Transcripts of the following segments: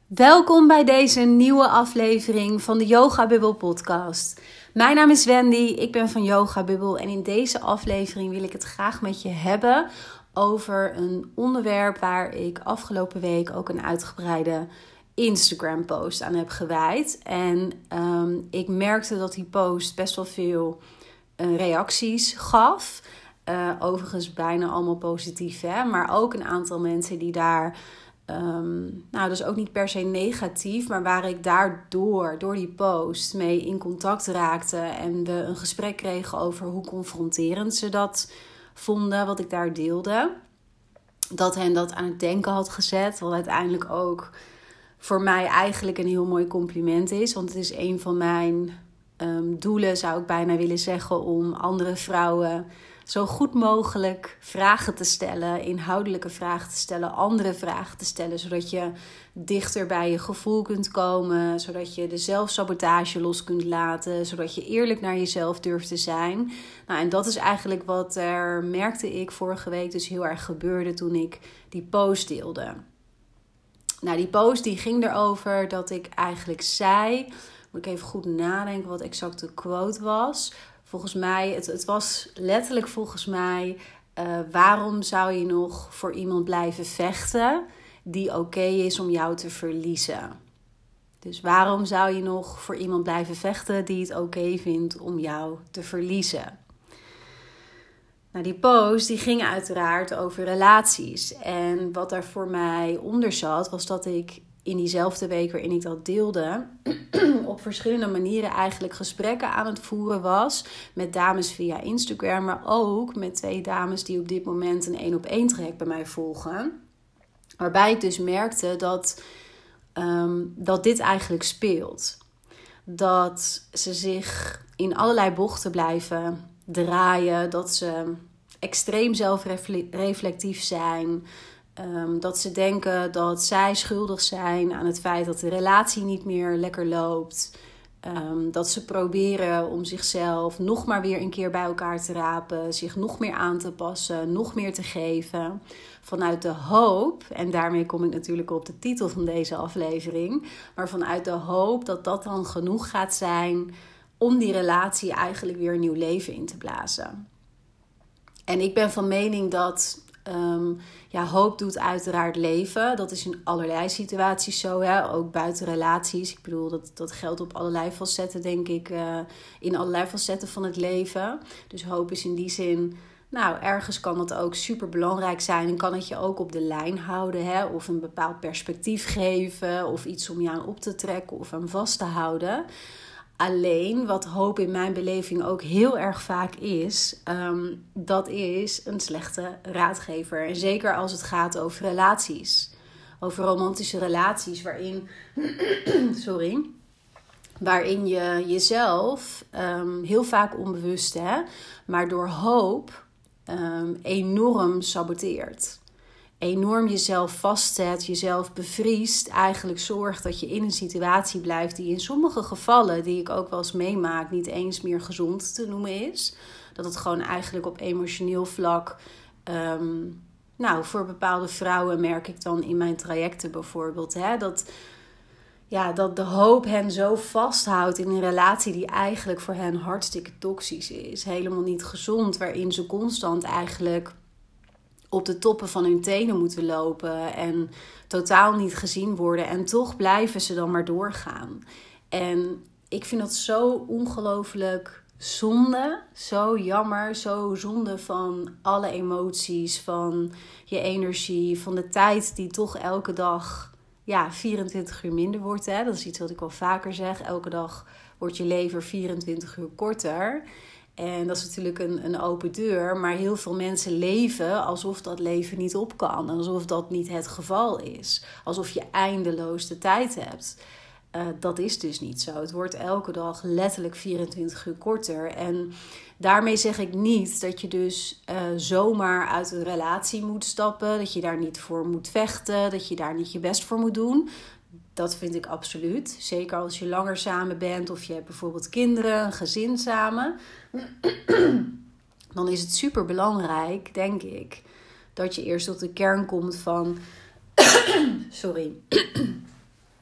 Welkom bij deze nieuwe aflevering van de Yoga Bubble podcast. Mijn naam is Wendy, ik ben van Yoga Bubble en in deze aflevering wil ik het graag met je hebben over een onderwerp waar ik afgelopen week ook een uitgebreide Instagram post aan heb gewijd. En ik merkte dat die post best wel veel reacties gaf. Overigens bijna allemaal positief, hè? Maar ook een aantal mensen die daar... dus ook niet per se negatief, maar waar ik door die post mee in contact raakte en we een gesprek kregen over hoe confronterend ze dat vonden, wat ik daar deelde. Dat hen dat aan het denken had gezet, wat uiteindelijk ook voor mij eigenlijk een heel mooi compliment is. Want het is een van mijn doelen, zou ik bijna willen zeggen, om andere vrouwen zo goed mogelijk vragen te stellen, inhoudelijke vragen te stellen, andere vragen te stellen, zodat je dichter bij je gevoel kunt komen, zodat je de zelfsabotage los kunt laten, zodat je eerlijk naar jezelf durft te zijn. Nou, en dat is eigenlijk wat er, merkte ik vorige week dus heel erg gebeurde toen ik die post deelde. Nou, die post die ging erover dat ik eigenlijk zei, moet ik even goed nadenken wat exact de quote was. Volgens mij, het was letterlijk volgens mij, waarom zou je nog voor iemand blijven vechten die oké is om jou te verliezen? Dus waarom zou je nog voor iemand blijven vechten die het oké vindt om jou te verliezen? Nou, die post die ging uiteraard over relaties. En wat daar voor mij onder zat, was dat ik in diezelfde week waarin ik dat deelde, op verschillende manieren eigenlijk gesprekken aan het voeren was met dames via Instagram, maar ook met 2 dames die op dit moment een 1-op-1 traject bij mij volgen. Waarbij ik dus merkte dat dit eigenlijk speelt. Dat ze zich in allerlei bochten blijven draaien, dat ze extreem zelfreflectief zijn. Dat ze denken dat zij schuldig zijn aan het feit dat de relatie niet meer lekker loopt. Dat ze proberen om zichzelf nog maar weer een keer bij elkaar te rapen. Zich nog meer aan te passen, nog meer te geven. Vanuit de hoop, en daarmee kom ik natuurlijk op de titel van deze aflevering. Maar vanuit de hoop dat dat dan genoeg gaat zijn om die relatie eigenlijk weer een nieuw leven in te blazen. En ik ben van mening dat... hoop doet uiteraard leven. Dat is in allerlei situaties zo, hè? Ook buiten relaties. Ik bedoel, dat geldt op allerlei facetten, denk ik. In allerlei facetten van het leven. Dus hoop is in die zin... Nou, ergens kan dat ook super belangrijk zijn. En kan het je ook op de lijn houden, hè? Of een bepaald perspectief geven. Of iets om je aan op te trekken of aan vast te houden. Alleen, wat hoop in mijn beleving ook heel erg vaak is, dat is een slechte raadgever. En zeker als het gaat over relaties. Over romantische relaties waarin je jezelf heel vaak onbewust, hè, maar door hoop enorm saboteert. Enorm jezelf vastzet, jezelf bevriest, eigenlijk zorgt dat je in een situatie blijft die in sommige gevallen, die ik ook wel eens meemaak, niet eens meer gezond te noemen is. Dat het gewoon eigenlijk op emotioneel vlak, voor bepaalde vrouwen merk ik dan in mijn trajecten bijvoorbeeld, hè, dat de hoop hen zo vasthoudt in een relatie die eigenlijk voor hen hartstikke toxisch is. Helemaal niet gezond, waarin ze constant eigenlijk op de toppen van hun tenen moeten lopen en totaal niet gezien worden. En toch blijven ze dan maar doorgaan. En ik vind dat zo ongelooflijk zonde, zo jammer, zo zonde van alle emoties, van je energie, van de tijd die toch elke dag 24 uur minder wordt. Hè? Dat is iets wat ik al vaker zeg. Elke dag wordt je leven 24 uur korter. En dat is natuurlijk een open deur. Maar heel veel mensen leven alsof dat leven niet op kan. Alsof dat niet het geval is. Alsof je eindeloos de tijd hebt. Dat is dus niet zo. Het wordt elke dag letterlijk 24 uur korter. En daarmee zeg ik niet dat je dus zomaar uit een relatie moet stappen. Dat je daar niet voor moet vechten. Dat je daar niet je best voor moet doen. Dat vind ik absoluut. Zeker als je langer samen bent of je hebt bijvoorbeeld kinderen, een gezin samen. Dan is het super belangrijk, denk ik, dat je eerst tot de kern komt van...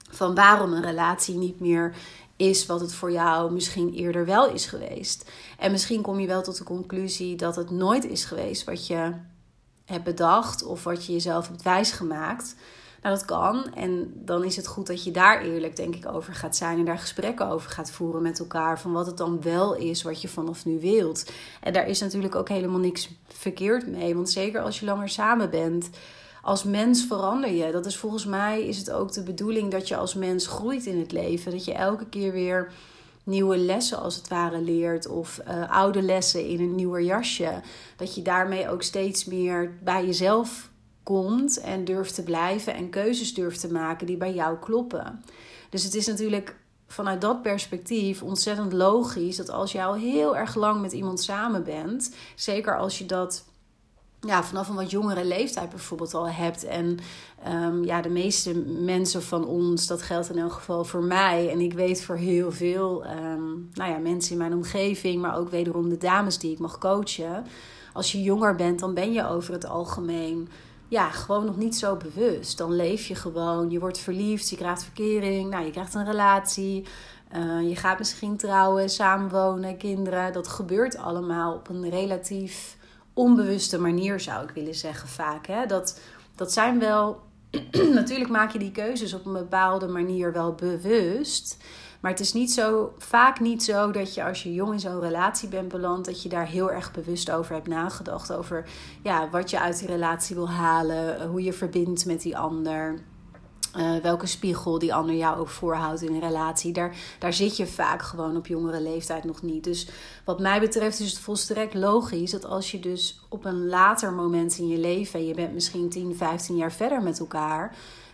Van waarom een relatie niet meer is wat het voor jou misschien eerder wel is geweest. En misschien kom je wel tot de conclusie dat het nooit is geweest wat je hebt bedacht of wat je jezelf hebt wijsgemaakt. Nou, dat kan. En dan is het goed dat je daar eerlijk, denk ik, over gaat zijn en daar gesprekken over gaat voeren met elkaar. Van wat het dan wel is wat je vanaf nu wilt. En daar is natuurlijk ook helemaal niks verkeerd mee. Want zeker als je langer samen bent, als mens verander je. Dat is volgens mij is het ook de bedoeling dat je als mens groeit in het leven. Dat je elke keer weer nieuwe lessen als het ware leert. Of oude lessen in een nieuwer jasje. Dat je daarmee ook steeds meer bij jezelf komt en durft te blijven. En keuzes durft te maken die bij jou kloppen. Dus het is natuurlijk vanuit dat perspectief ontzettend logisch dat als je al heel erg lang met iemand samen bent. Zeker als je dat vanaf een wat jongere leeftijd bijvoorbeeld al hebt. En de meeste mensen van ons, dat geldt in elk geval voor mij. En ik weet voor heel veel mensen in mijn omgeving, maar ook wederom de dames die ik mag coachen. Als je jonger bent, dan ben je over het algemeen gewoon nog niet zo bewust. Dan leef je gewoon, je wordt verliefd, je krijgt verkering, je krijgt een relatie. Je gaat misschien trouwen, samenwonen, kinderen. Dat gebeurt allemaal op een relatief onbewuste manier, zou ik willen zeggen vaak. Hè? Dat zijn wel... Natuurlijk maak je die keuzes op een bepaalde manier wel bewust. Maar het is vaak niet zo dat je als je jong in zo'n relatie bent beland, dat je daar heel erg bewust over hebt nagedacht. Over wat je uit die relatie wil halen, hoe je verbindt met die ander. Welke spiegel die ander jou ook voorhoudt in een relatie. Daar zit je vaak gewoon op jongere leeftijd nog niet. Dus wat mij betreft is het volstrekt logisch dat als je dus op een later moment in je leven, en je bent misschien 10, 15 jaar verder met elkaar,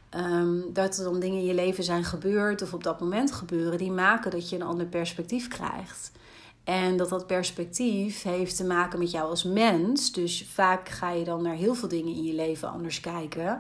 dat er dan dingen in je leven zijn gebeurd of op dat moment gebeuren die maken dat je een ander perspectief krijgt. En dat perspectief heeft te maken met jou als mens. Dus vaak ga je dan naar heel veel dingen in je leven anders kijken.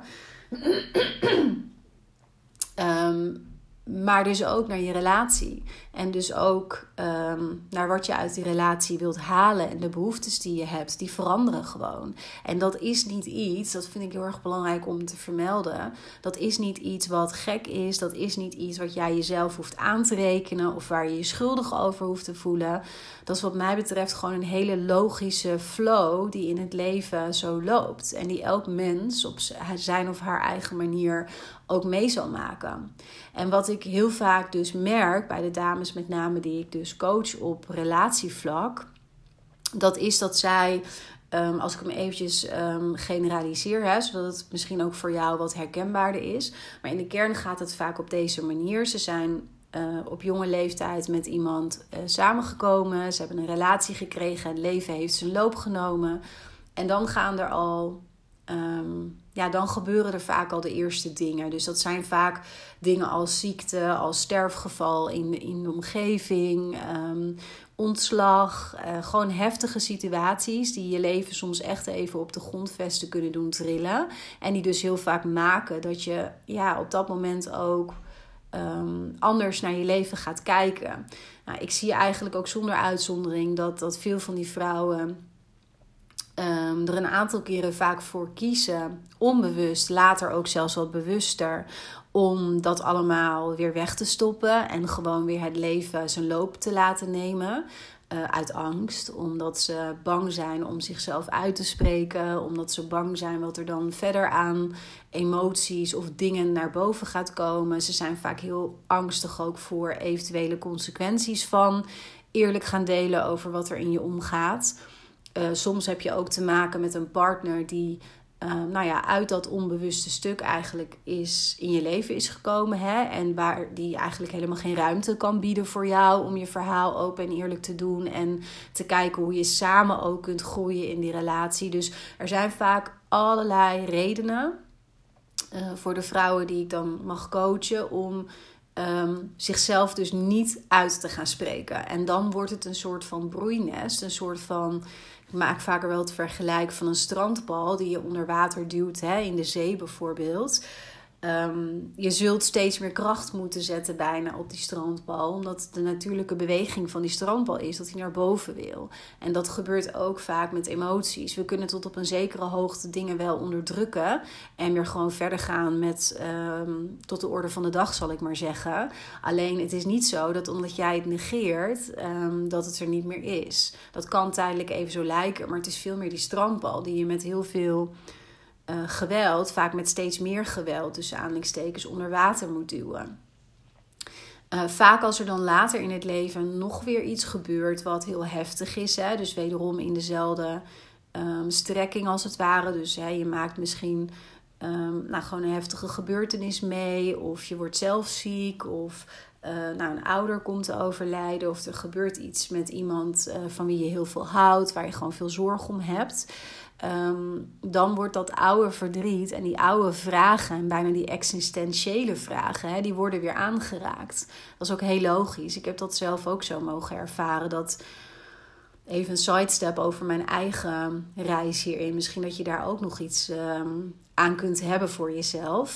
Maar dus ook naar je relatie. En dus ook naar wat je uit die relatie wilt halen. En de behoeftes die je hebt, die veranderen gewoon. En dat is niet iets, dat vind ik heel erg belangrijk om te vermelden. Dat is niet iets wat gek is. Dat is niet iets wat jij jezelf hoeft aan te rekenen. Of waar je je schuldig over hoeft te voelen. Dat is wat mij betreft gewoon een hele logische flow die in het leven zo loopt. En die elk mens op zijn of haar eigen manier ook mee zal maken. En wat ik heel vaak dus merk bij de dames met name die ik dus coach op relatievlak, dat is dat zij, als ik hem eventjes generaliseer, zodat het misschien ook voor jou wat herkenbaarder is. Maar in de kern gaat het vaak op deze manier. Ze zijn op jonge leeftijd met iemand samengekomen. Ze hebben een relatie gekregen. Het leven heeft zijn loop genomen. En dan gaan er al... dan gebeuren er vaak al de eerste dingen. Dus dat zijn vaak dingen als ziekte, als sterfgeval in de omgeving, ontslag. Gewoon heftige situaties die je leven soms echt even op de grondvesten kunnen doen trillen. En die dus heel vaak maken dat je op dat moment ook anders naar je leven gaat kijken. Nou, ik zie eigenlijk ook zonder uitzondering dat veel van die vrouwen er een aantal keren vaak voor kiezen, onbewust, later ook zelfs wat bewuster, om dat allemaal weer weg te stoppen en gewoon weer het leven zijn loop te laten nemen. Uit angst, omdat ze bang zijn om zichzelf uit te spreken, omdat ze bang zijn wat er dan verder aan emoties of dingen naar boven gaat komen. Ze zijn vaak heel angstig ook voor eventuele consequenties van eerlijk gaan delen over wat er in je omgaat. Soms heb je ook te maken met een partner die uit dat onbewuste stuk eigenlijk in je leven is gekomen. En waar die eigenlijk helemaal geen ruimte kan bieden voor jou om je verhaal open en eerlijk te doen. En te kijken hoe je samen ook kunt groeien in die relatie. Dus er zijn vaak allerlei redenen voor de vrouwen die ik dan mag coachen om zichzelf dus niet uit te gaan spreken. En dan wordt het een soort van broeinest, een soort van... Ik maak vaker wel het vergelijk van een strandbal die je onder water duwt, in de zee bijvoorbeeld. Je zult steeds meer kracht moeten zetten bijna op die strandbal. Omdat de natuurlijke beweging van die strandbal is dat hij naar boven wil. En dat gebeurt ook vaak met emoties. We kunnen tot op een zekere hoogte dingen wel onderdrukken. En weer gewoon verder gaan met tot de orde van de dag, zal ik maar zeggen. Alleen het is niet zo dat omdat jij het negeert, dat het er niet meer is. Dat kan tijdelijk even zo lijken. Maar het is veel meer die strandbal die je met heel veel geweld, vaak met steeds meer geweld, tussen aanhalingstekens, onder water moet duwen. Vaak als er dan later in het leven nog weer iets gebeurt wat heel heftig is. Hè, dus wederom in dezelfde strekking als het ware. Dus je maakt misschien gewoon een heftige gebeurtenis mee. Of je wordt zelf ziek. Of een ouder komt te overlijden. Of er gebeurt iets met iemand van wie je heel veel houdt. Waar je gewoon veel zorg om hebt. Dan wordt dat oude verdriet en die oude vragen en bijna die existentiële vragen, die worden weer aangeraakt. Dat is ook heel logisch. Ik heb dat zelf ook zo mogen ervaren. Dat even een sidestep over mijn eigen reis hierin. Misschien dat je daar ook nog iets aan kunt hebben voor jezelf.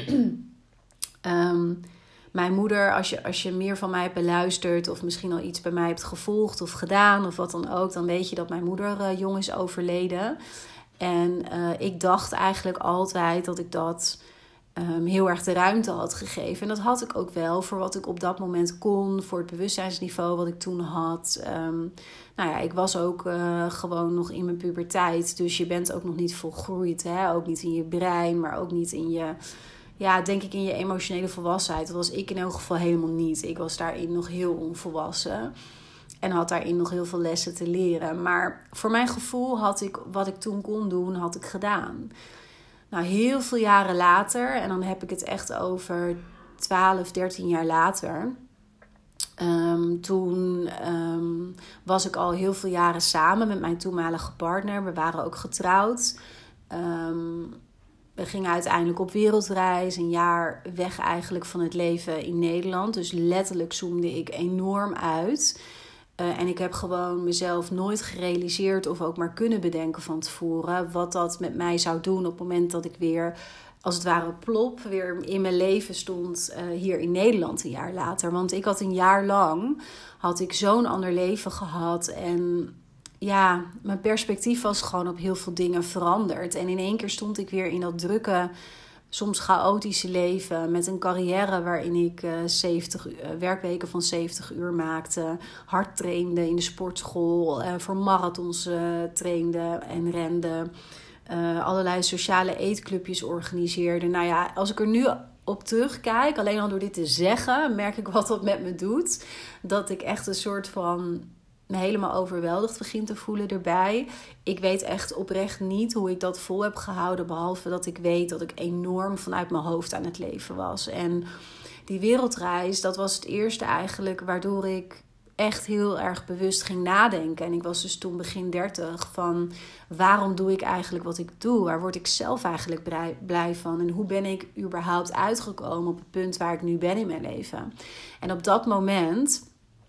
Mijn moeder, als je meer van mij hebt beluisterd of misschien al iets bij mij hebt gevolgd of gedaan of wat dan ook, dan weet je dat mijn moeder jong is overleden. En ik dacht eigenlijk altijd dat ik dat heel erg de ruimte had gegeven. En dat had ik ook wel voor wat ik op dat moment kon, voor het bewustzijnsniveau wat ik toen had. Ik was ook gewoon nog in mijn puberteit, dus je bent ook nog niet volgroeid. Hè? Ook niet in je brein, maar ook niet in je... Ja, denk ik in je emotionele volwassenheid. Dat was ik in elk geval helemaal niet. Ik was daarin nog heel onvolwassen. En had daarin nog heel veel lessen te leren. Maar voor mijn gevoel had ik wat ik toen kon doen, had ik gedaan. Nou, heel veel jaren later. En dan heb ik het echt over 12, 13 jaar later. Toen was ik al heel veel jaren samen met mijn toenmalige partner. We waren ook getrouwd. We gingen uiteindelijk op wereldreis, een jaar weg eigenlijk van het leven in Nederland. Dus letterlijk zoomde ik enorm uit. En ik heb gewoon mezelf nooit gerealiseerd of ook maar kunnen bedenken van tevoren wat dat met mij zou doen op het moment dat ik weer, als het ware plop, weer in mijn leven stond hier in Nederland een jaar later. Want ik had een jaar lang, had ik zo'n ander leven gehad en... Ja, mijn perspectief was gewoon op heel veel dingen veranderd. En in één keer stond ik weer in dat drukke, soms chaotische leven. Met een carrière waarin ik 70 werkweken van 70 uur maakte. Hard trainde in de sportschool. Voor marathons trainde en rende. Allerlei sociale eetclubjes organiseerde. Nou ja, als ik er nu op terugkijk, alleen al door dit te zeggen, merk ik wat dat met me doet. Dat ik echt een soort van... me helemaal overweldigd begin te voelen erbij. Ik weet echt oprecht niet hoe ik dat vol heb gehouden, behalve dat ik weet dat ik enorm vanuit mijn hoofd aan het leven was. En die wereldreis, dat was het eerste eigenlijk waardoor ik echt heel erg bewust ging nadenken. En ik was dus toen begin 30 van waarom doe ik eigenlijk wat ik doe? Waar word ik zelf eigenlijk blij van? En hoe ben ik überhaupt uitgekomen op het punt waar ik nu ben in mijn leven? En op dat moment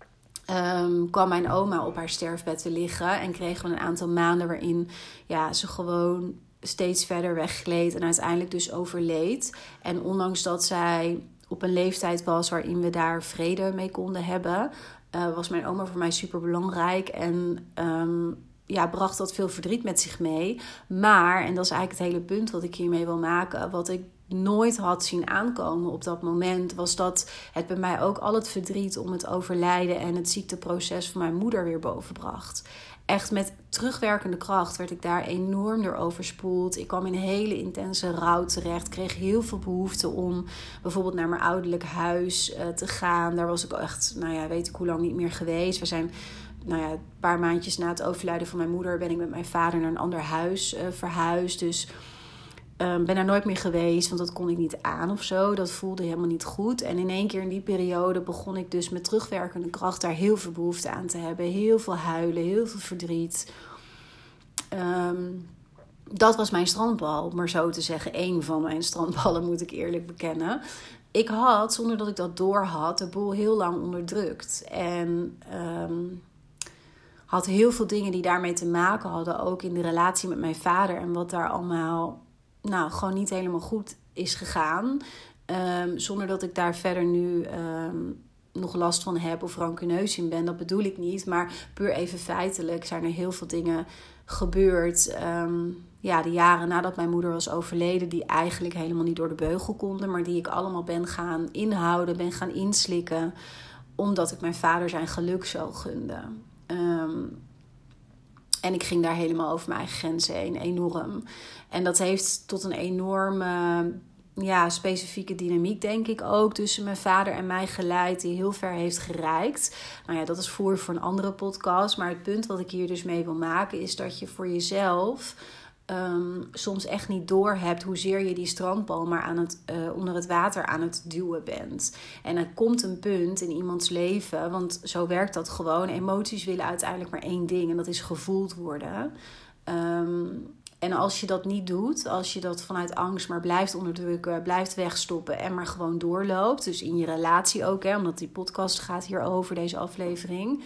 kwam mijn oma op haar sterfbed te liggen en kregen we een aantal maanden waarin ze gewoon steeds verder weggleed en uiteindelijk dus overleed. En ondanks dat zij op een leeftijd was waarin we daar vrede mee konden hebben, was mijn oma voor mij super belangrijk en bracht dat veel verdriet met zich mee. Maar, en dat is eigenlijk het hele punt wat ik hiermee wil maken, wat ik nooit had zien aankomen op dat moment, was dat het bij mij ook al het verdriet om het overlijden en het ziekteproces van mijn moeder weer bovenbracht. Echt met terugwerkende kracht werd ik daar enorm door overspoeld. Ik kwam in een hele intense rouw terecht. Kreeg heel veel behoefte om bijvoorbeeld naar mijn ouderlijk huis te gaan. Daar was ik echt, weet ik hoe lang niet meer geweest. We zijn een paar maandjes na het overlijden van mijn moeder ben ik met mijn vader naar een ander huis verhuisd. Dus ben daar nooit meer geweest, want dat kon ik niet aan of zo. Dat voelde helemaal niet goed. En in één keer in die periode begon ik dus met terugwerkende kracht daar heel veel behoefte aan te hebben. Heel veel huilen, heel veel verdriet. Dat was mijn strandbal, om maar zo te zeggen. Eén van mijn strandballen, moet ik eerlijk bekennen. Ik had, zonder dat ik dat door had, de boel heel lang onderdrukt. En had heel veel dingen die daarmee te maken hadden. Ook in de relatie met mijn vader. En wat daar allemaal gewoon niet helemaal goed is gegaan. Zonder dat ik daar verder nu nog last van heb of rancuneus in ben. Dat bedoel ik niet. Maar puur even feitelijk zijn er heel veel dingen gebeurd. De jaren nadat mijn moeder was overleden, die eigenlijk helemaal niet door de beugel konden, maar die ik allemaal ben gaan inhouden, ben gaan inslikken, omdat ik mijn vader zijn geluk zo gunde. En ik ging daar helemaal over mijn eigen grenzen heen, enorm. En dat heeft tot een enorme specifieke dynamiek, denk ik ook, tussen mijn vader en mij geleid, die heel ver heeft gereikt. Nou ja, dat is voor een andere podcast. Maar het punt wat ik hier dus mee wil maken is dat je voor jezelf soms echt niet doorhebt hoezeer je die strandbal maar onder het water aan het duwen bent. En er komt een punt in iemands leven, want zo werkt dat gewoon. Emoties willen uiteindelijk maar één ding en dat is gevoeld worden. En als je dat niet doet, als je dat vanuit angst maar blijft onderdrukken, blijft wegstoppen en maar gewoon doorloopt, dus in je relatie ook, omdat die podcast gaat hierover, deze aflevering,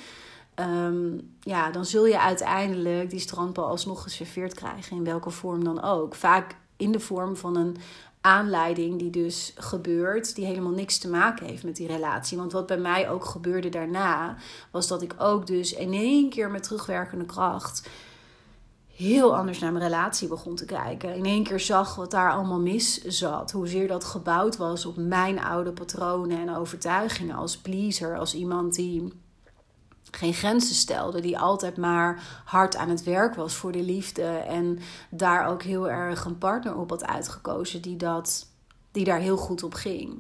dan zul je uiteindelijk die strandbal alsnog geserveerd krijgen, in welke vorm dan ook. Vaak in de vorm van een aanleiding die dus gebeurt, die helemaal niks te maken heeft met die relatie. Want wat bij mij ook gebeurde daarna, was dat ik ook dus in één keer met terugwerkende kracht heel anders naar mijn relatie begon te kijken. In één keer zag wat daar allemaal mis zat. Hoezeer dat gebouwd was op mijn oude patronen en overtuigingen als pleaser. Als iemand die geen grenzen stelde. Die altijd maar hard aan het werk was voor de liefde. En daar ook heel erg een partner op had uitgekozen die daar heel goed op ging.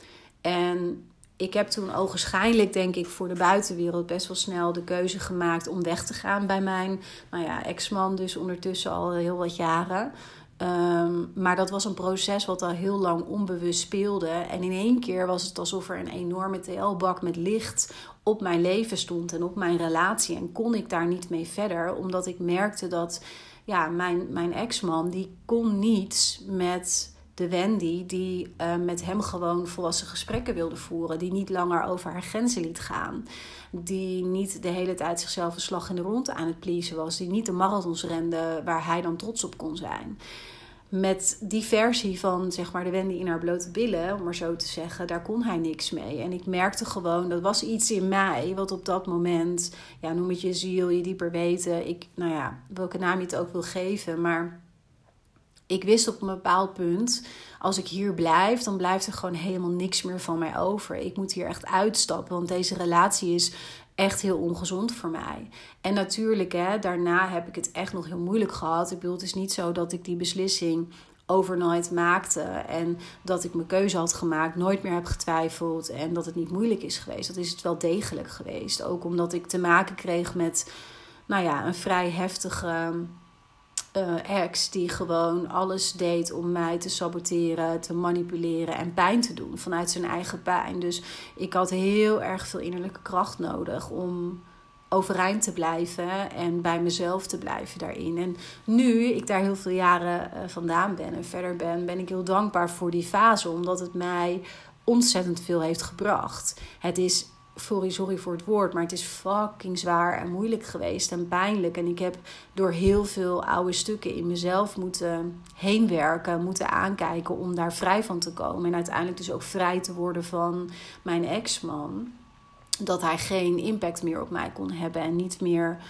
En ik heb toen ogenschijnlijk, denk ik, voor de buitenwereld best wel snel de keuze gemaakt om weg te gaan bij mijn ex-man. Dus ondertussen al heel wat jaren. Maar dat was een proces wat al heel lang onbewust speelde. En in één keer was het alsof er een enorme TL-bak met licht op mijn leven stond en op mijn relatie. En kon ik daar niet mee verder, omdat ik merkte dat mijn ex-man, die kon niets met de Wendy die met hem gewoon volwassen gesprekken wilde voeren. Die niet langer over haar grenzen liet gaan. Die niet de hele tijd zichzelf een slag in de ronde aan het pleasen was. Die niet de marathons rende waar hij dan trots op kon zijn. Met die versie van zeg maar de Wendy in haar blote billen, om maar zo te zeggen, daar kon hij niks mee. En ik merkte gewoon, dat was iets in mij wat op dat moment, noem het je ziel, je dieper weten. Welke naam je het ook wil geven, maar ik wist op een bepaald punt, als ik hier blijf, dan blijft er gewoon helemaal niks meer van mij over. Ik moet hier echt uitstappen, want deze relatie is echt heel ongezond voor mij. En natuurlijk, daarna heb ik het echt nog heel moeilijk gehad. Ik bedoel, het is niet zo dat ik die beslissing overnight maakte en dat ik mijn keuze had gemaakt, nooit meer heb getwijfeld en dat het niet moeilijk is geweest. Dat is het wel degelijk geweest. Ook omdat ik te maken kreeg met een vrij heftige ex die gewoon alles deed om mij te saboteren, te manipuleren en pijn te doen vanuit zijn eigen pijn. Dus ik had heel erg veel innerlijke kracht nodig om overeind te blijven en bij mezelf te blijven daarin. En nu ik daar heel veel jaren vandaan ben en verder ben ik heel dankbaar voor die fase, omdat het mij ontzettend veel heeft gebracht. Het is sorry voor het woord, maar het is fucking zwaar en moeilijk geweest en pijnlijk. En ik heb door heel veel oude stukken in mezelf moeten heenwerken, moeten aankijken om daar vrij van te komen. En uiteindelijk dus ook vrij te worden van mijn ex-man. Dat hij geen impact meer op mij kon hebben en niet meer,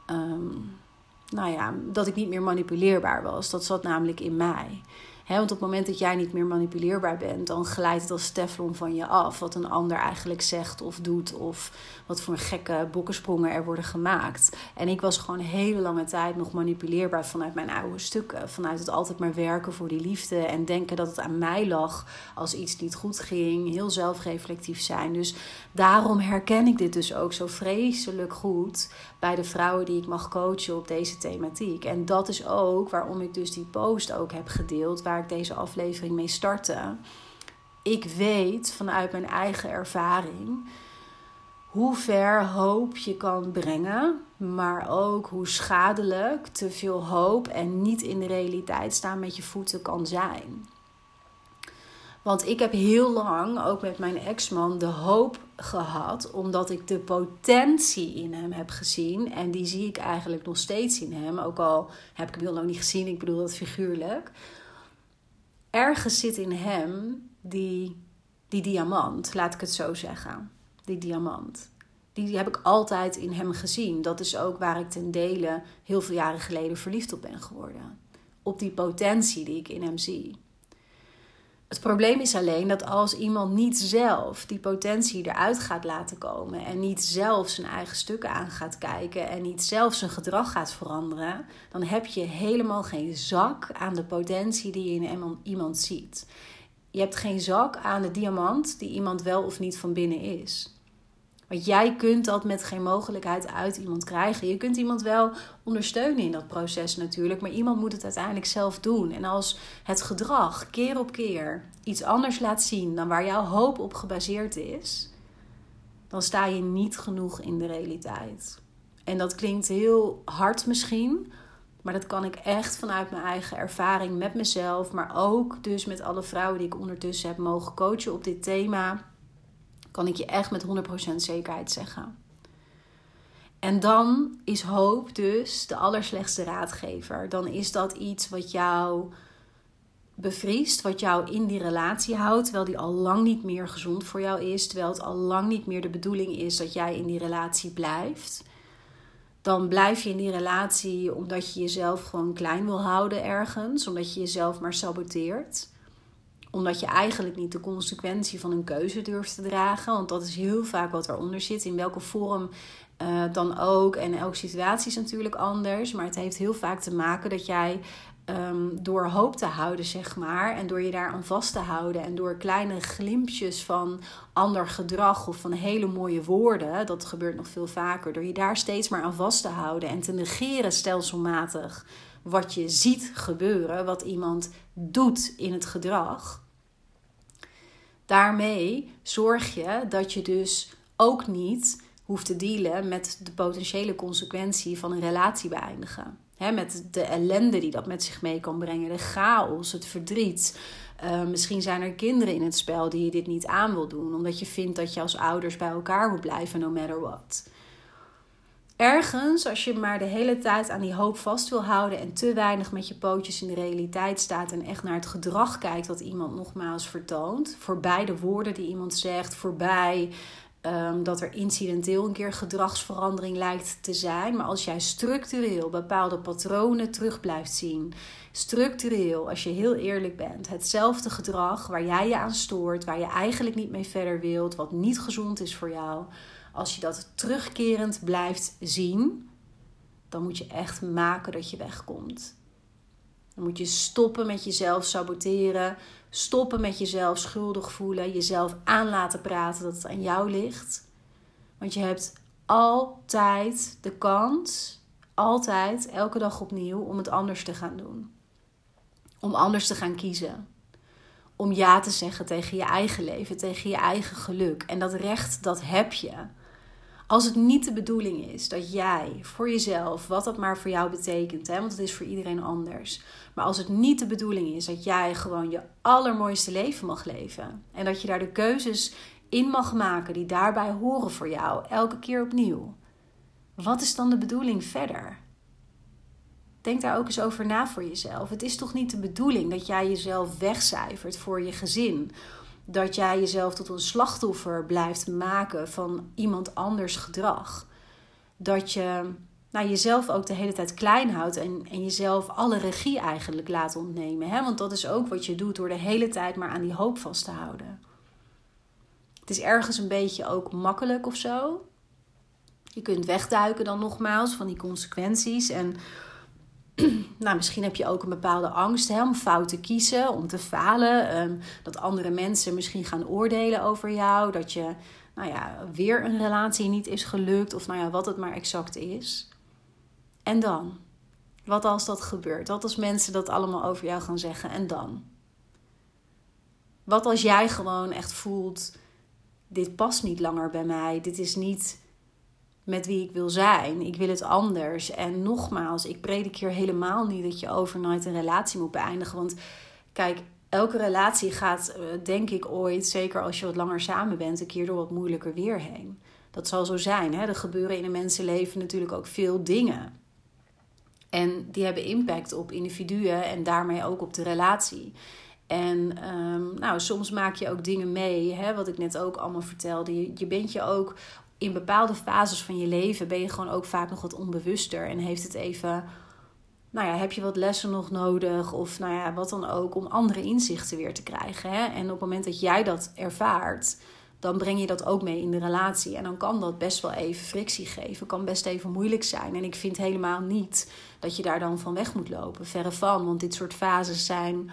dat ik niet meer manipuleerbaar was. Dat zat namelijk in mij. Want op het moment dat jij niet meer manipuleerbaar bent, dan glijdt het als teflon van je af. Wat een ander eigenlijk zegt of doet, of wat voor gekke bokkensprongen er worden gemaakt. En ik was gewoon een hele lange tijd nog manipuleerbaar vanuit mijn oude stukken. Vanuit het altijd maar werken voor die liefde en denken dat het aan mij lag als iets niet goed ging. Heel zelfreflectief zijn. Dus daarom herken ik dit dus ook zo vreselijk goed bij de vrouwen die ik mag coachen op deze thematiek. En dat is ook waarom ik dus die post ook heb gedeeld, waar ik deze aflevering mee startte. Ik weet vanuit mijn eigen ervaring hoe ver hoop je kan brengen, maar ook hoe schadelijk te veel hoop en niet in de realiteit staan met je voeten kan zijn. Want ik heb heel lang, ook met mijn ex-man, de hoop gehad, omdat ik de potentie in hem heb gezien. En die zie ik eigenlijk nog steeds in hem, ook al heb ik hem heel lang niet gezien, ik bedoel dat figuurlijk. ergens zit in hem die diamant, laat ik het zo zeggen. Die diamant. Die heb ik altijd in hem gezien. Dat is ook waar ik ten dele heel veel jaren geleden verliefd op ben geworden. Op die potentie die ik in hem zie. Het probleem is alleen dat als iemand niet zelf die potentie eruit gaat laten komen en niet zelf zijn eigen stukken aan gaat kijken en niet zelf zijn gedrag gaat veranderen, dan heb je helemaal geen zak aan de potentie die je in iemand ziet. Je hebt geen zak aan de diamant die iemand wel of niet van binnen is. Want jij kunt dat met geen mogelijkheid uit iemand krijgen. Je kunt iemand wel ondersteunen in dat proces natuurlijk, maar iemand moet het uiteindelijk zelf doen. En als het gedrag keer op keer iets anders laat zien dan waar jouw hoop op gebaseerd is, dan sta je niet genoeg in de realiteit. En dat klinkt heel hard misschien, maar dat kan ik echt vanuit mijn eigen ervaring met mezelf, maar ook dus met alle vrouwen die ik ondertussen heb mogen coachen op dit thema, kan ik je echt met 100% zekerheid zeggen. En dan is hoop dus de allerslechtste raadgever. Dan is dat iets wat jou bevriest, wat jou in die relatie houdt, terwijl die al lang niet meer gezond voor jou is, terwijl het al lang niet meer de bedoeling is dat jij in die relatie blijft. Dan blijf je in die relatie omdat je jezelf gewoon klein wil houden ergens, omdat je jezelf maar saboteert. Omdat je eigenlijk niet de consequentie van een keuze durft te dragen. Want dat is heel vaak wat eronder zit. In welke vorm dan ook. En elke situatie is natuurlijk anders. Maar het heeft heel vaak te maken dat jij door hoop te houden, zeg maar. En door je daar aan vast te houden. En door kleine glimpjes van ander gedrag of van hele mooie woorden. Dat gebeurt nog veel vaker. Door je daar steeds maar aan vast te houden. En te negeren stelselmatig wat je ziet gebeuren. Wat iemand doet in het gedrag. Daarmee zorg je dat je dus ook niet hoeft te dealen met de potentiële consequentie van een relatie beëindigen. Met de ellende die dat met zich mee kan brengen, de chaos, het verdriet. Misschien zijn er kinderen in het spel die je dit niet aan wil doen, omdat je vindt dat je als ouders bij elkaar moet blijven, no matter what. Ergens, als je maar de hele tijd aan die hoop vast wil houden en te weinig met je pootjes in de realiteit staat en echt naar het gedrag kijkt wat iemand nogmaals vertoont, voorbij de woorden die iemand zegt, voorbij dat er incidenteel een keer gedragsverandering lijkt te zijn. Maar als jij structureel bepaalde patronen terug blijft zien, structureel, als je heel eerlijk bent, hetzelfde gedrag waar jij je aan stoort, waar je eigenlijk niet mee verder wilt, wat niet gezond is voor jou, als je dat terugkerend blijft zien, dan moet je echt maken dat je wegkomt. Dan moet je stoppen met jezelf saboteren, stoppen met jezelf schuldig voelen, jezelf aan laten praten dat het aan jou ligt. Want je hebt altijd de kans, altijd, elke dag opnieuw, om het anders te gaan doen. Om anders te gaan kiezen. Om ja te zeggen tegen je eigen leven, tegen je eigen geluk. En dat recht, dat heb je. Als het niet de bedoeling is dat jij voor jezelf, wat dat maar voor jou betekent, want het is voor iedereen anders. Maar als het niet de bedoeling is dat jij gewoon je allermooiste leven mag leven. En dat je daar de keuzes in mag maken die daarbij horen voor jou, elke keer opnieuw. Wat is dan de bedoeling verder? Denk daar ook eens over na voor jezelf. Het is toch niet de bedoeling dat jij jezelf wegcijfert voor je gezin. Dat jij jezelf tot een slachtoffer blijft maken van iemand anders gedrag. Dat je jezelf ook de hele tijd klein houdt en jezelf alle regie eigenlijk laat ontnemen. Want dat is ook wat je doet door de hele tijd maar aan die hoop vast te houden. Het is ergens een beetje ook makkelijk of zo. Je kunt wegduiken dan nogmaals van die consequenties. En misschien heb je ook een bepaalde angst om fout te kiezen, om te falen. Dat andere mensen misschien gaan oordelen over jou. Dat je weer een relatie niet is gelukt. Of wat het maar exact is. En dan? Wat als dat gebeurt? Wat als mensen dat allemaal over jou gaan zeggen? En dan? Wat als jij gewoon echt voelt, dit past niet langer bij mij. Dit is niet met wie ik wil zijn. Ik wil het anders. En nogmaals, ik predik hier helemaal niet dat je overnight een relatie moet beëindigen. Want kijk, elke relatie gaat, denk ik ooit, zeker als je wat langer samen bent, een keer door wat moeilijker weer heen. Dat zal zo zijn. Er gebeuren in een mensenleven natuurlijk ook veel dingen. En die hebben impact op individuen en daarmee ook op de relatie. En soms maak je ook dingen mee, hè, wat ik net ook allemaal vertelde. Je bent je ook in bepaalde fases van je leven, ben je gewoon ook vaak nog wat onbewuster. En heeft het even, heb je wat lessen nog nodig of wat dan ook, om andere inzichten weer te krijgen. Hè? En op het moment dat jij dat ervaart, dan breng je dat ook mee in de relatie. En dan kan dat best wel even frictie geven. Kan best even moeilijk zijn. En ik vind helemaal niet dat je daar dan van weg moet lopen. Verre van. Want dit soort fases zijn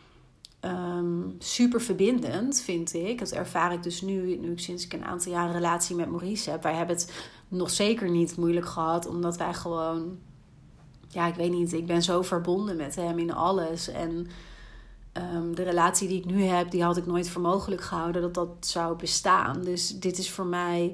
super verbindend, vind ik. Dat ervaar ik dus nu ik sinds ik een aantal jaar een relatie met Maurice heb. Wij hebben het nog zeker niet moeilijk gehad. Omdat wij gewoon... ik weet niet. Ik ben zo verbonden met hem in alles. En... de relatie die ik nu heb, die had ik nooit voor mogelijk gehouden dat zou bestaan. Dus dit is voor mij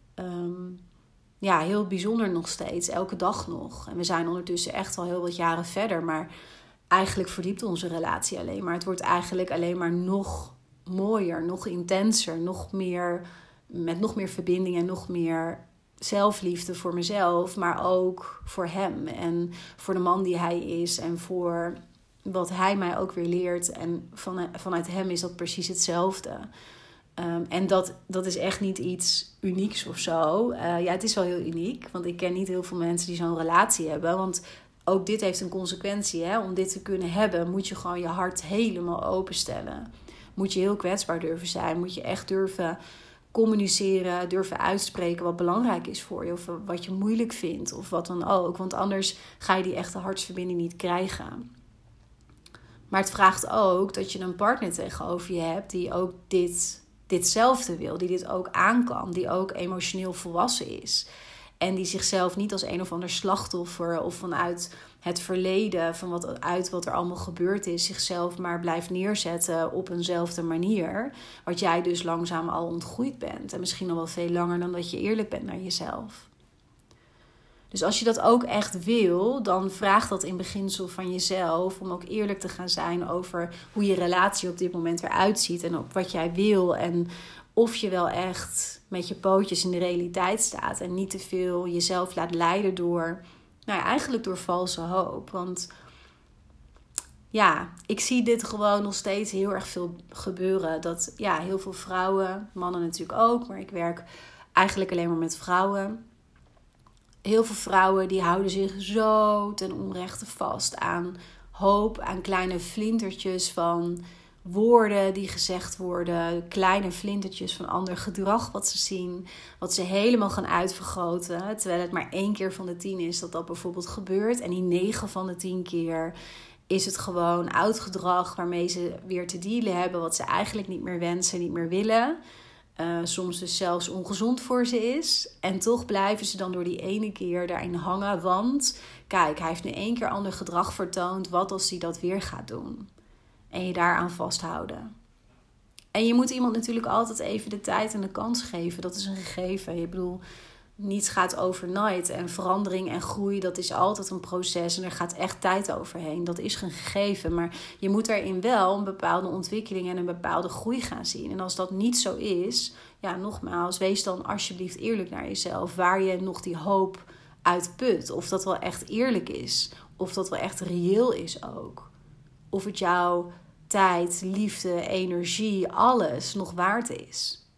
heel bijzonder nog steeds. Elke dag nog. En we zijn ondertussen echt al heel wat jaren verder. Maar eigenlijk verdiept onze relatie alleen maar. Het wordt eigenlijk alleen maar nog mooier, nog intenser. Met nog meer verbinding en nog meer zelfliefde voor mezelf. Maar ook voor hem. En voor de man die hij is. En voor... wat hij mij ook weer leert. En vanuit hem is dat precies hetzelfde. En dat is echt niet iets unieks of zo. Het is wel heel uniek. Want ik ken niet heel veel mensen die zo'n relatie hebben. Want ook dit heeft een consequentie. Hè? Om dit te kunnen hebben, moet je gewoon je hart helemaal openstellen. Moet je heel kwetsbaar durven zijn. Moet je echt durven communiceren, durven uitspreken wat belangrijk is voor je. Of wat je moeilijk vindt. Of wat dan ook. Want anders ga je die echte hartsverbinding niet krijgen. Maar het vraagt ook dat je een partner tegenover je hebt die ook ditzelfde wil. Die dit ook aan kan. Die ook emotioneel volwassen is. En die zichzelf niet als een of ander slachtoffer of vanuit het verleden, van wat er allemaal gebeurd is, zichzelf maar blijft neerzetten op eenzelfde manier. Wat jij dus langzaam al ontgroeid bent. En misschien al wel veel langer dan dat je eerlijk bent naar jezelf. Dus als je dat ook echt wil, dan vraagt dat in beginsel van jezelf om ook eerlijk te gaan zijn over hoe je relatie op dit moment eruit ziet en op wat jij wil en of je wel echt met je pootjes in de realiteit staat en niet te veel jezelf laat leiden door, eigenlijk door valse hoop. Want ik zie dit gewoon nog steeds heel erg veel gebeuren. Dat heel veel vrouwen, mannen natuurlijk ook, maar ik werk eigenlijk alleen maar met vrouwen. Heel veel vrouwen die houden zich zo ten onrechte vast aan hoop, aan kleine flintertjes van woorden die gezegd worden, kleine flintertjes van ander gedrag wat ze zien, wat ze helemaal gaan uitvergroten, terwijl het maar 1 keer van de 10 is dat bijvoorbeeld gebeurt. En die 9 van de 10 keer is het gewoon oud gedrag waarmee ze weer te dealen hebben, wat ze eigenlijk niet meer wensen, niet meer willen. Soms dus zelfs ongezond voor ze is. En toch blijven ze dan door die ene keer daarin hangen. Want kijk, hij heeft nu 1 keer ander gedrag vertoond. Wat als hij dat weer gaat doen? En je daaraan vasthouden. En je moet iemand natuurlijk altijd even de tijd en de kans geven. Dat is een gegeven. Ik bedoel, niets gaat overnight. En verandering en groei, dat is altijd een proces. En er gaat echt tijd overheen. Dat is een gegeven. Maar je moet daarin wel een bepaalde ontwikkeling en een bepaalde groei gaan zien. En als dat niet zo is, nogmaals, wees dan alsjeblieft eerlijk naar jezelf. Waar je nog die hoop uit put. Of dat wel echt eerlijk is. Of dat wel echt reëel is ook. Of het jouw tijd, liefde, energie, alles nog waard is.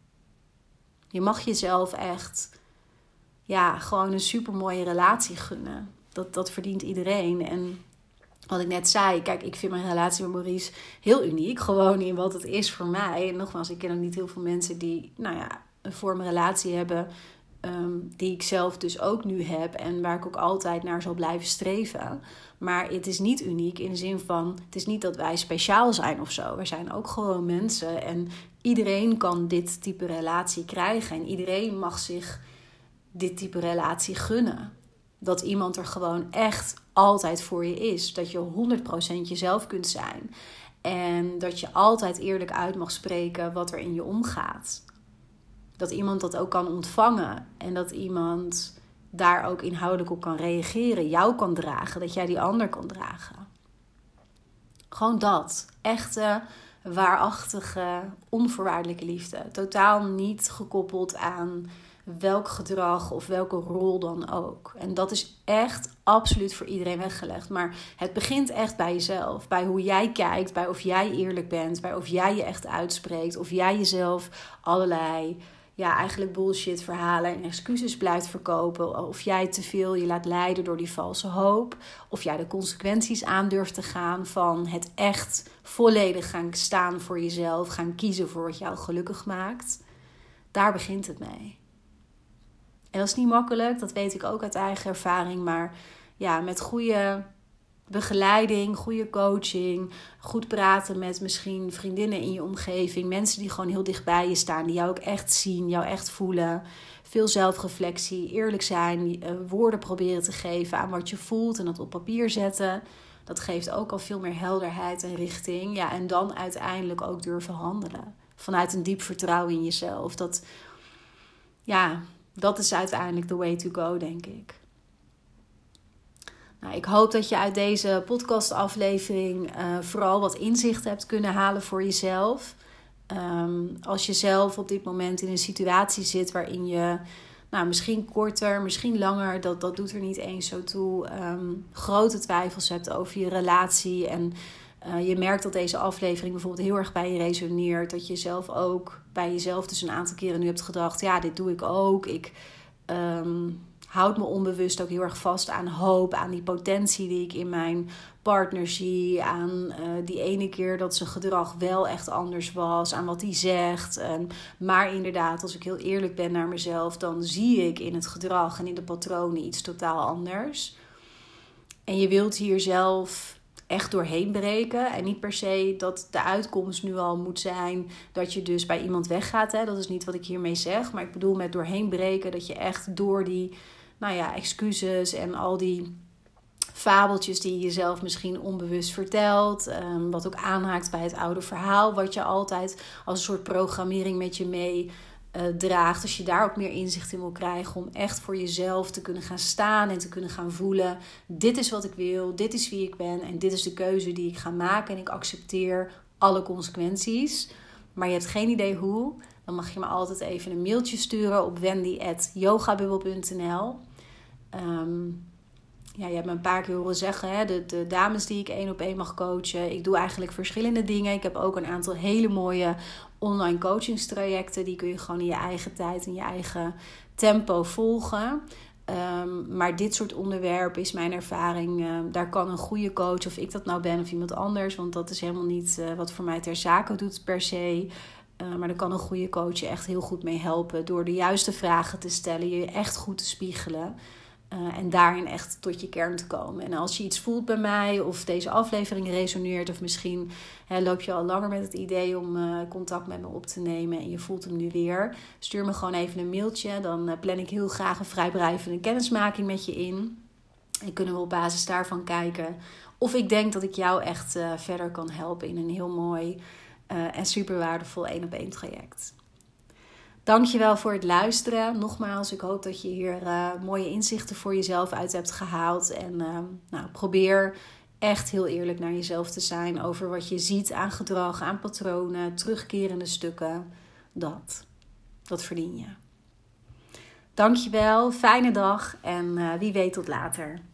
Je mag jezelf echt gewoon een supermooie relatie gunnen. Dat verdient iedereen. En wat ik net zei, kijk, ik vind mijn relatie met Maurice heel uniek. Gewoon in wat het is voor mij. En nogmaals, ik ken ook niet heel veel mensen die een vormrelatie hebben die ik zelf dus ook nu heb en waar ik ook altijd naar zal blijven streven. Maar het is niet uniek in de zin van, het is niet dat wij speciaal zijn of zo. We zijn ook gewoon mensen en iedereen kan dit type relatie krijgen. En iedereen mag zich dit type relatie gunnen. Dat iemand er gewoon echt altijd voor je is. Dat je 100% jezelf kunt zijn. En dat je altijd eerlijk uit mag spreken wat er in je omgaat. Dat iemand dat ook kan ontvangen. En dat iemand daar ook inhoudelijk op kan reageren. Jou kan dragen. Dat jij die ander kan dragen. Gewoon dat. Echte, waarachtige, onvoorwaardelijke liefde. Totaal niet gekoppeld aan welk gedrag of welke rol dan ook. En dat is echt absoluut voor iedereen weggelegd. Maar het begint echt bij jezelf. Bij hoe jij kijkt, bij of jij eerlijk bent, bij of jij je echt uitspreekt. Of jij jezelf allerlei eigenlijk bullshit verhalen en excuses blijft verkopen. Of jij te veel je laat leiden door die valse hoop. Of jij de consequenties aan durft te gaan van het echt volledig gaan staan voor jezelf. Gaan kiezen voor wat jou gelukkig maakt. Daar begint het mee. En dat is niet makkelijk, dat weet ik ook uit eigen ervaring. Maar met goede begeleiding, goede coaching, goed praten met misschien vriendinnen in je omgeving. Mensen die gewoon heel dicht bij je staan, die jou ook echt zien, jou echt voelen. Veel zelfreflectie, eerlijk zijn, woorden proberen te geven aan wat je voelt en dat op papier zetten. Dat geeft ook al veel meer helderheid en richting. En dan uiteindelijk ook durven handelen. Vanuit een diep vertrouwen in jezelf. Dat is uiteindelijk the way to go, denk ik. Nou, ik hoop dat je uit deze podcastaflevering vooral wat inzicht hebt kunnen halen voor jezelf. Als je zelf op dit moment in een situatie zit waarin je misschien korter, misschien langer, dat doet er niet eens zo toe, grote twijfels hebt over je relatie en je merkt dat deze aflevering bijvoorbeeld heel erg bij je resoneert. Dat je zelf ook bij jezelf dus een aantal keren nu hebt gedacht, dit doe ik ook. Ik houd me onbewust ook heel erg vast aan hoop, aan die potentie die ik in mijn partner zie, aan die ene keer dat zijn gedrag wel echt anders was, aan wat hij zegt. Maar inderdaad, als ik heel eerlijk ben naar mezelf, dan zie ik in het gedrag en in de patronen iets totaal anders. En je wilt hier zelf echt doorheen breken. En niet per se dat de uitkomst nu al moet zijn dat je dus bij iemand weggaat. Hè? Dat is niet wat ik hiermee zeg. Maar ik bedoel met doorheen breken dat je echt door die excuses en al die fabeltjes die je jezelf misschien onbewust vertelt. Wat ook aanhaakt bij het oude verhaal. Wat je altijd als een soort programmering met je mee draagt. Als je daar ook meer inzicht in wil krijgen. Om echt voor jezelf te kunnen gaan staan en te kunnen gaan voelen. Dit is wat ik wil. Dit is wie ik ben. En dit is de keuze die ik ga maken. En ik accepteer alle consequenties. Maar je hebt geen idee hoe. Dan mag je me altijd even een mailtje sturen op wendy@yogabubbel.nl. Je hebt me een paar keer horen zeggen, hè, de dames die ik 1-op-1 mag coachen. Ik doe eigenlijk verschillende dingen. Ik heb ook een aantal hele mooie online coachingstrajecten. Die kun je gewoon in je eigen tijd, in je eigen tempo volgen. Maar dit soort onderwerpen is mijn ervaring. Daar kan een goede coach, of ik dat nou ben of iemand anders. Want dat is helemaal niet wat voor mij ter zake doet per se. Maar daar kan een goede coach je echt heel goed mee helpen. Door de juiste vragen te stellen, je echt goed te spiegelen. En daarin echt tot je kern te komen. En als je iets voelt bij mij of deze aflevering resoneert, of misschien loop je al langer met het idee om contact met me op te nemen en je voelt hem nu weer, stuur me gewoon even een mailtje. Dan plan ik heel graag een vrijblijvende kennismaking met je in. En kunnen we op basis daarvan kijken of ik denk dat ik jou echt verder kan helpen in een heel mooi en super waardevol 1-op-1 traject. Dankjewel voor het luisteren. Nogmaals, ik hoop dat je hier mooie inzichten voor jezelf uit hebt gehaald. En probeer echt heel eerlijk naar jezelf te zijn over wat je ziet aan gedrag, aan patronen, terugkerende stukken. Dat verdien je. Dankjewel, fijne dag en wie weet tot later.